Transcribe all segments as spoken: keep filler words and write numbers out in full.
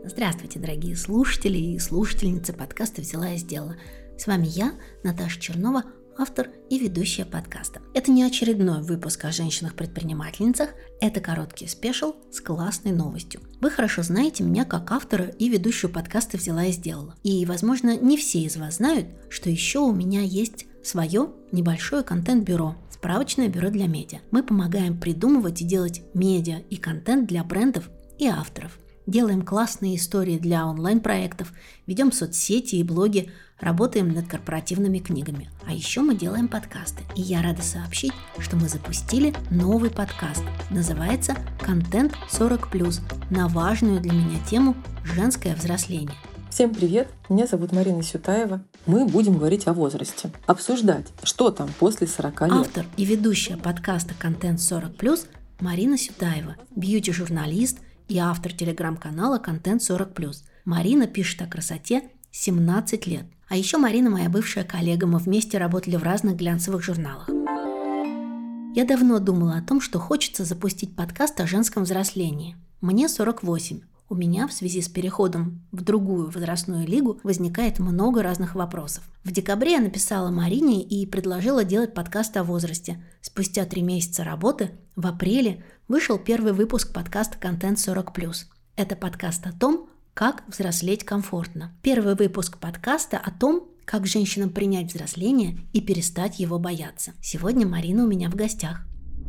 Здравствуйте, дорогие слушатели и слушательницы подкаста «Взяла и сделала». С вами я, Наташа Чернова, автор и ведущая подкаста. Это не очередной выпуск о женщинах-предпринимательницах, это короткий спешл с классной новостью. Вы хорошо знаете меня как автора и ведущую подкаста «Взяла и сделала». И, возможно, не все из вас знают, что еще у меня есть свое небольшое контент-бюро, справочное бюро для медиа. Мы помогаем придумывать и делать медиа и контент для брендов и авторов. Делаем классные истории для онлайн-проектов, ведем соцсети и блоги, работаем над корпоративными книгами. А еще мы делаем подкасты. И я рада сообщить, что мы запустили новый подкаст. Называется «Контент сорок плюс» на важную для меня тему «Женское взросление». Всем привет! Меня зовут Марина Сютаева. Мы будем говорить о возрасте, обсуждать, что там после сорока лет. Автор и ведущая подкаста «Контент сорок плюс» Марина Сютаева, бьюти-журналист и автор телеграм-канала «Контент сорок плюс». Марина пишет о красоте семнадцать лет. А еще Марина моя бывшая коллега, мы вместе работали в разных глянцевых журналах. Я давно думала о том, что хочется запустить подкаст о женском взрослении. Мне сорок восемь. У меня в связи с переходом в другую возрастную лигу возникает много разных вопросов. В декабре я написала Марине и предложила делать подкаст о возрасте. Спустя три месяца работы, в апреле, вышел первый выпуск подкаста «Контент сорок плюс». Это подкаст о том, как взрослеть комфортно. Первый выпуск подкаста о том, как женщинам принять взросление и перестать его бояться. Сегодня Марина у меня в гостях.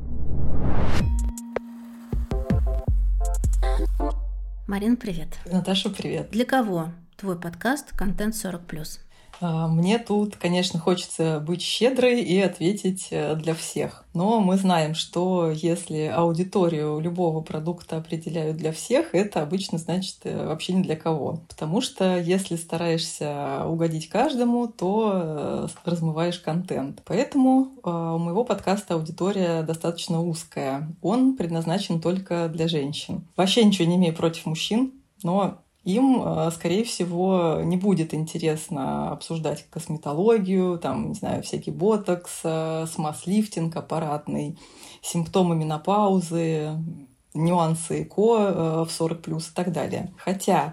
Марина, привет. Наташа, привет. Для кого твой подкаст «Контент сорок плюс»? Мне тут, конечно, хочется быть щедрой и ответить для всех. Но мы знаем, что если аудиторию любого продукта определяют для всех, это обычно значит вообще ни для кого. Потому что если стараешься угодить каждому, то размываешь контент. Поэтому у моего подкаста аудитория достаточно узкая. Он предназначен только для женщин. Вообще ничего не имею против мужчин, но им, скорее всего, не будет интересно обсуждать косметологию, там, не знаю, всякий ботокс, смаз-лифтинг аппаратный, симптомы менопаузы, нюансы ЭКО в сорок плюс и так далее. Хотя,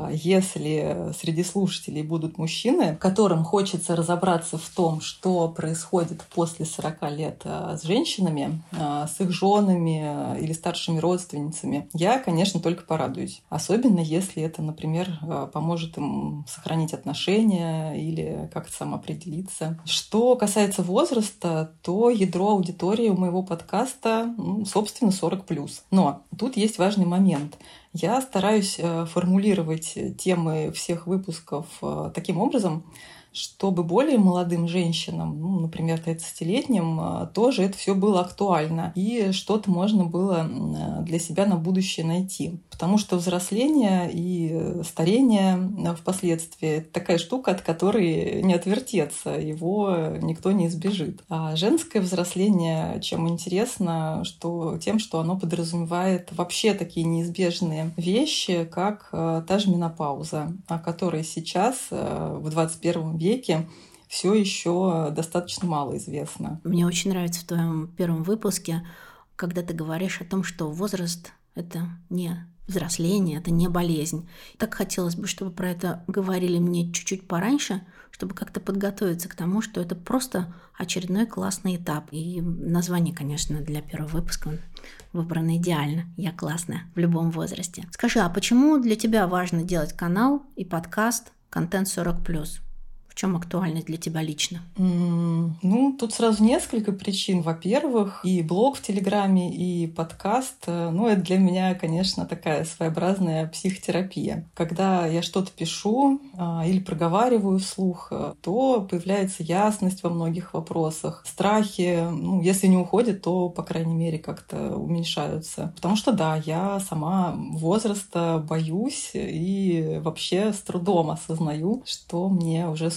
если среди слушателей будут мужчины, которым хочется разобраться в том, что происходит после сорока лет с женщинами, с их женами или старшими родственницами, я, конечно, только порадуюсь. Особенно если это, например, поможет им сохранить отношения или как-то самоопределиться. Что касается возраста, то ядро аудитории у моего подкаста, ну, собственно, сорок плюс. Но тут есть важный момент. Я стараюсь формулировать темы всех выпусков таким образом, чтобы более молодым женщинам, ну, например, тридцатилетним, тоже это все было актуально и что-то можно было для себя на будущее найти. Потому что взросление и старение впоследствии — это такая штука, от которой не отвертеться, его никто не избежит. А женское взросление чем интересно, что тем, что оно подразумевает вообще такие неизбежные вещи, как та же менопауза, о которой сейчас в двадцать первом веке все еще достаточно мало известно. Мне очень нравится в твоем первом выпуске, когда ты говоришь о том, что возраст — это не взросление, это не болезнь. Так хотелось бы, чтобы про это говорили мне чуть-чуть пораньше, чтобы как-то подготовиться к тому, что это просто очередной классный этап. И название, конечно, для первого выпуска выбрано идеально. Я классная в любом возрасте. Скажи, а почему для тебя важно делать канал и подкаст «Контент сорок плюс»? В чем актуальность для тебя лично? Mm, ну, тут сразу несколько причин. Во-первых, и блог в Телеграме, и подкаст, ну, это для меня, конечно, такая своеобразная психотерапия. Когда я что-то пишу а, или проговариваю вслух, то появляется ясность во многих вопросах. Страхи, ну, если не уходят, то, по крайней мере, как-то уменьшаются. Потому что, да, я сама возраста боюсь и вообще с трудом осознаю, что мне уже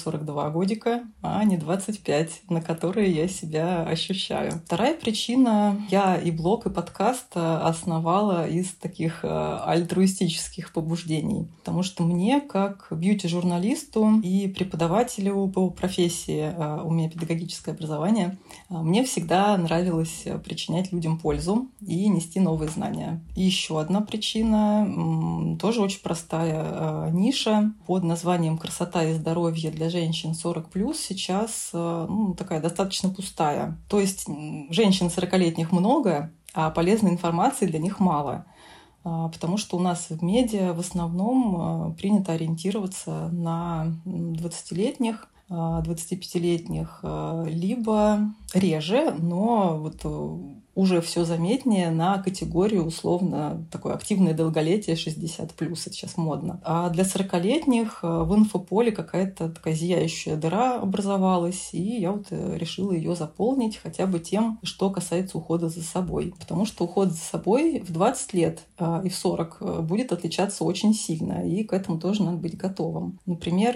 сорок два годика, а не двадцать пять, на которые я себя ощущаю. Вторая причина. Я и блог, и подкаст основала из таких альтруистических побуждений. Потому что мне, как бьюти-журналисту и преподавателю по профессии, у меня педагогическое образование, мне всегда нравилось причинять людям пользу и нести новые знания. И еще одна причина, тоже очень простая ниша под названием «Красота и здоровье для женщин сорок плюс» сейчас ну, такая достаточно пустая. То есть женщин сорокалетних много, а полезной информации для них мало. Потому что у нас в медиа в основном принято ориентироваться на двадцатилетних, двадцатипятилетних, либо реже, но вот уже все заметнее на категорию условно такое активное долголетие шестьдесят плюс, это сейчас модно. А для сорокалетних в инфополе какая-то такая зияющая дыра образовалась, и я вот решила ее заполнить хотя бы тем, что касается ухода за собой. Потому что уход за собой в двадцать лет и в сорок будет отличаться очень сильно, и к этому тоже надо быть готовым. Например,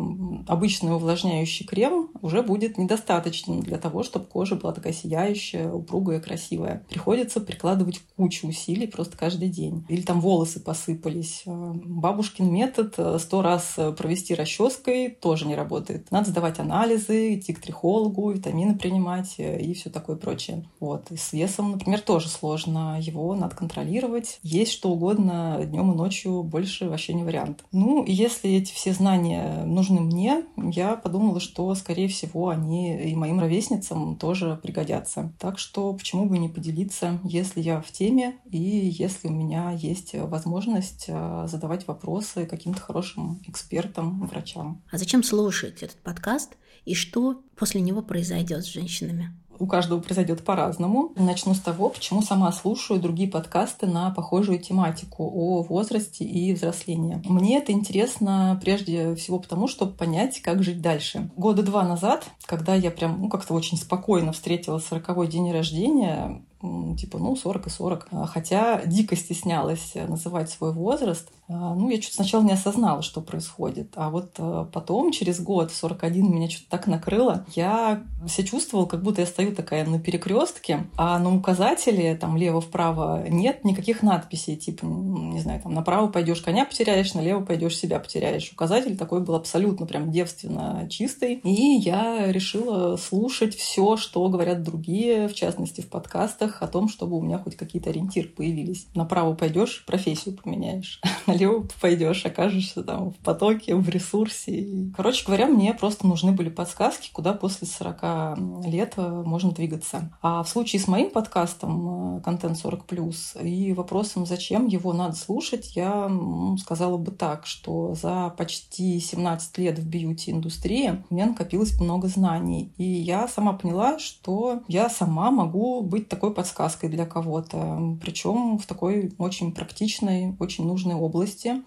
обычный увлажняющий крем уже будет недостаточным для того, чтобы кожа была такая сияющая, упругая, красивая. красивая. Приходится прикладывать кучу усилий просто каждый день. Или там волосы посыпались. Бабушкин метод сто раз провести расческой тоже не работает. Надо сдавать анализы, идти к трихологу, витамины принимать и все такое прочее. Вот. И с весом, например, тоже сложно. Его надо контролировать. Есть что угодно днем и ночью, больше вообще не вариант. Ну, и если эти все знания нужны мне, я подумала, что, скорее всего, они и моим ровесницам тоже пригодятся. Так что почему бы не поделиться, если я в теме и если у меня есть возможность задавать вопросы каким-то хорошим экспертам, врачам. А зачем слушать этот подкаст и что после него произойдет с женщинами? У каждого произойдет по-разному. Начну с того, почему сама слушаю другие подкасты на похожую тематику о возрасте и взрослении. Мне это интересно прежде всего потому, чтобы понять, как жить дальше. Года два назад, когда я прям ну, как-то очень спокойно встретила сороковой день рождения, типа, ну, сорок и сорок. Хотя дико стеснялась называть свой возраст. Ну, я что-то сначала не осознала, что происходит. А вот потом, через год, в сорок один, меня что-то так накрыло. Я себя чувствовала, как будто я стою такая на перекрестке, а на указателе, там, лево-вправо, нет никаких надписей. Типа, не знаю, там, направо пойдешь, коня потеряешь, налево пойдешь, себя потеряешь. Указатель такой был абсолютно прям девственно чистый. И я решила слушать все, что говорят другие, в частности, в подкастах, о том, чтобы у меня хоть какие-то ориентиры появились. Направо пойдешь, профессию поменяешь. Налево пойдешь, окажешься там в потоке, в ресурсе. Короче говоря, мне просто нужны были подсказки, куда после сорока лет можно двигаться. А в случае с моим подкастом «Контент сорок плюс» и вопросом, зачем его надо слушать, я ну, сказала бы так, что за почти семнадцать лет в бьюти-индустрии у меня накопилось много знаний. И я сама поняла, что я сама могу быть такой подсказкой для кого-то, причем в такой очень практичной, очень нужной области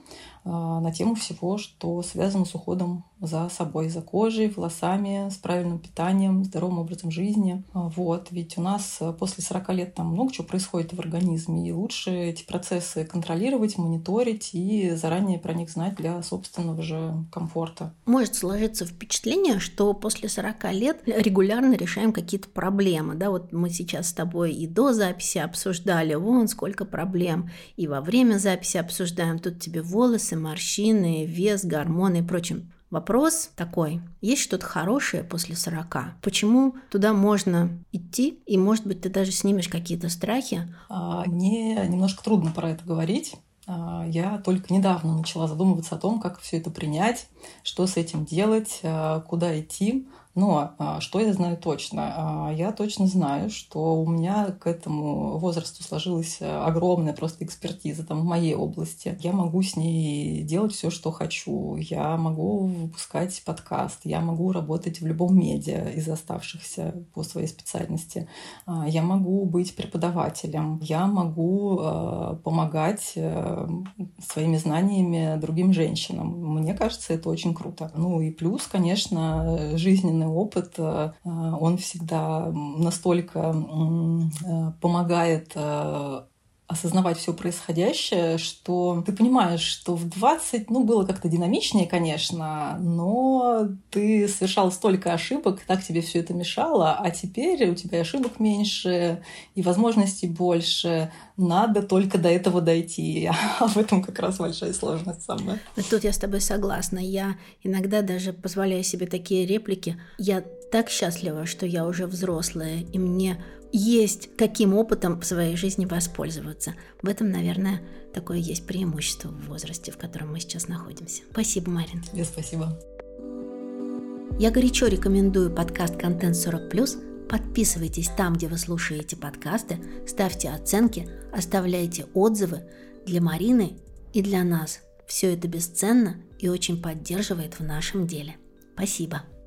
на тему всего, что связано с уходом за собой, за кожей, волосами, с правильным питанием, здоровым образом жизни. Вот. Ведь у нас после сорока лет там много чего происходит в организме, и лучше эти процессы контролировать, мониторить и заранее про них знать для собственного же комфорта. Может сложиться впечатление, что после сорока лет регулярно решаем какие-то проблемы. Да, вот мы сейчас с тобой и до записи обсуждали, вон сколько проблем, и во время записи обсуждаем, тут тебе волосы, морщины, вес, гормоны и прочее. Вопрос такой, есть что-то хорошее после сорока? Почему туда можно идти, и, может быть, ты даже снимешь какие-то страхи? Мне немножко трудно про это говорить. Я только недавно начала задумываться о том, как все это принять, что с этим делать, куда идти. Но что я знаю точно? Я точно знаю, что у меня к этому возрасту сложилась огромная просто экспертиза там, в моей области. Я могу с ней делать все, что хочу. Я могу выпускать подкаст. Я могу работать в любом медиа из оставшихся по своей специальности. Я могу быть преподавателем. Я могу помогать своими знаниями другим женщинам. Мне кажется, это очень круто. Ну и плюс, конечно, жизненный опыт, он всегда настолько помогает осознавать все происходящее, что ты понимаешь, что в двадцать, ну, было как-то динамичнее, конечно, но ты совершал столько ошибок, так тебе все это мешало, а теперь у тебя ошибок меньше и возможностей больше. Надо только до этого дойти. А в этом как раз большая сложность самая. Тут я с тобой согласна. Я иногда даже позволяю себе такие реплики. Я так счастлива, что я уже взрослая, и мне есть каким опытом в своей жизни воспользоваться. В этом, наверное, такое есть преимущество в возрасте, в котором мы сейчас находимся. Спасибо, Марин. Тебе спасибо. Я горячо рекомендую подкаст «Контент сорок плюс». Подписывайтесь там, где вы слушаете подкасты, ставьте оценки, оставляйте отзывы. Для Марины и для нас все это бесценно и очень поддерживает в нашем деле. Спасибо.